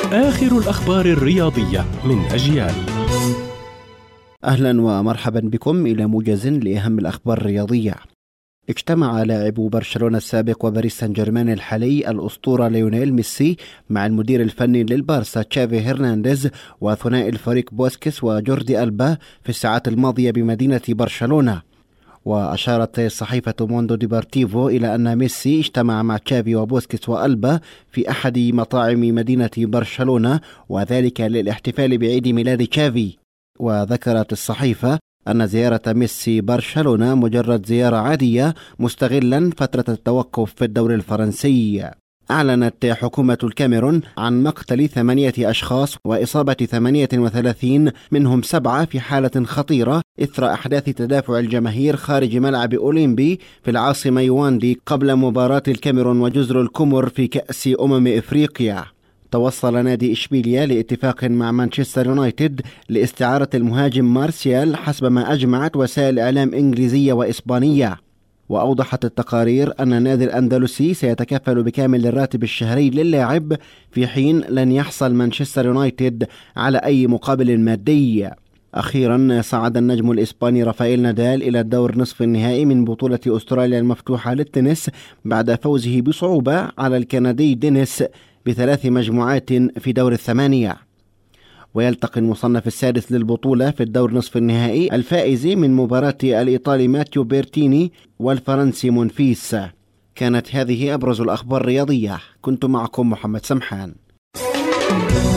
آخر الأخبار الرياضية من أجيال. أهلا ومرحبا بكم إلى موجز لأهم الأخبار الرياضية. اجتمع لاعبو برشلونة السابق وباريس سان جيرمان الحالي الأسطورة ليونيل ميسي مع المدير الفني للبارسا تشافي هرنانديز وثنائي الفريق بوسكيتس وجوردي ألبا في الساعات الماضية بمدينة برشلونة. وأشارت صحيفة موندو ديبارتيفو إلى أن ميسي اجتمع مع تشافي وبوسكيتس وألبا في أحد مطاعم مدينة برشلونة، وذلك للاحتفال بعيد ميلاد تشافي. وذكرت الصحيفة أن زيارة ميسي برشلونة مجرد زيارة عادية مستغلا فترة التوقف في الدوري الفرنسي. أعلنت حكومة الكاميرون عن مقتل 8 أشخاص وإصابة 38 منهم 7 في حالة خطيرة إثر أحداث تدافع الجماهير خارج ملعب أولمبي في العاصمة يواندي قبل مباراة الكاميرون وجزر القمر في كأس إفريقيا. توصل نادي إشبيليا لاتفاق مع مانشستر يونايتد لاستعارة المهاجم مارسيال حسب ما أجمعت وسائل إعلام إنجليزية وإسبانية. وأوضحت التقارير أن النادي الأندلسي سيتكفل بكامل الراتب الشهري للاعب، في حين لن يحصل مانشستر يونايتد على أي مقابل مادي. أخيرا صعد النجم الإسباني رافائيل نادال إلى الدور نصف النهائي من بطولة أستراليا المفتوحة للتنس بعد فوزه بصعوبة على الكندي دينيس ب3 مجموعات في دور الثمانية. ويلتقي المصنف السادس للبطولة في الدور نصف النهائي الفائز من مباراة الإيطالي ماتيو بيرتيني والفرنسي مونفيس. كانت هذه أبرز الأخبار الرياضية. كنت معكم محمد سمحان.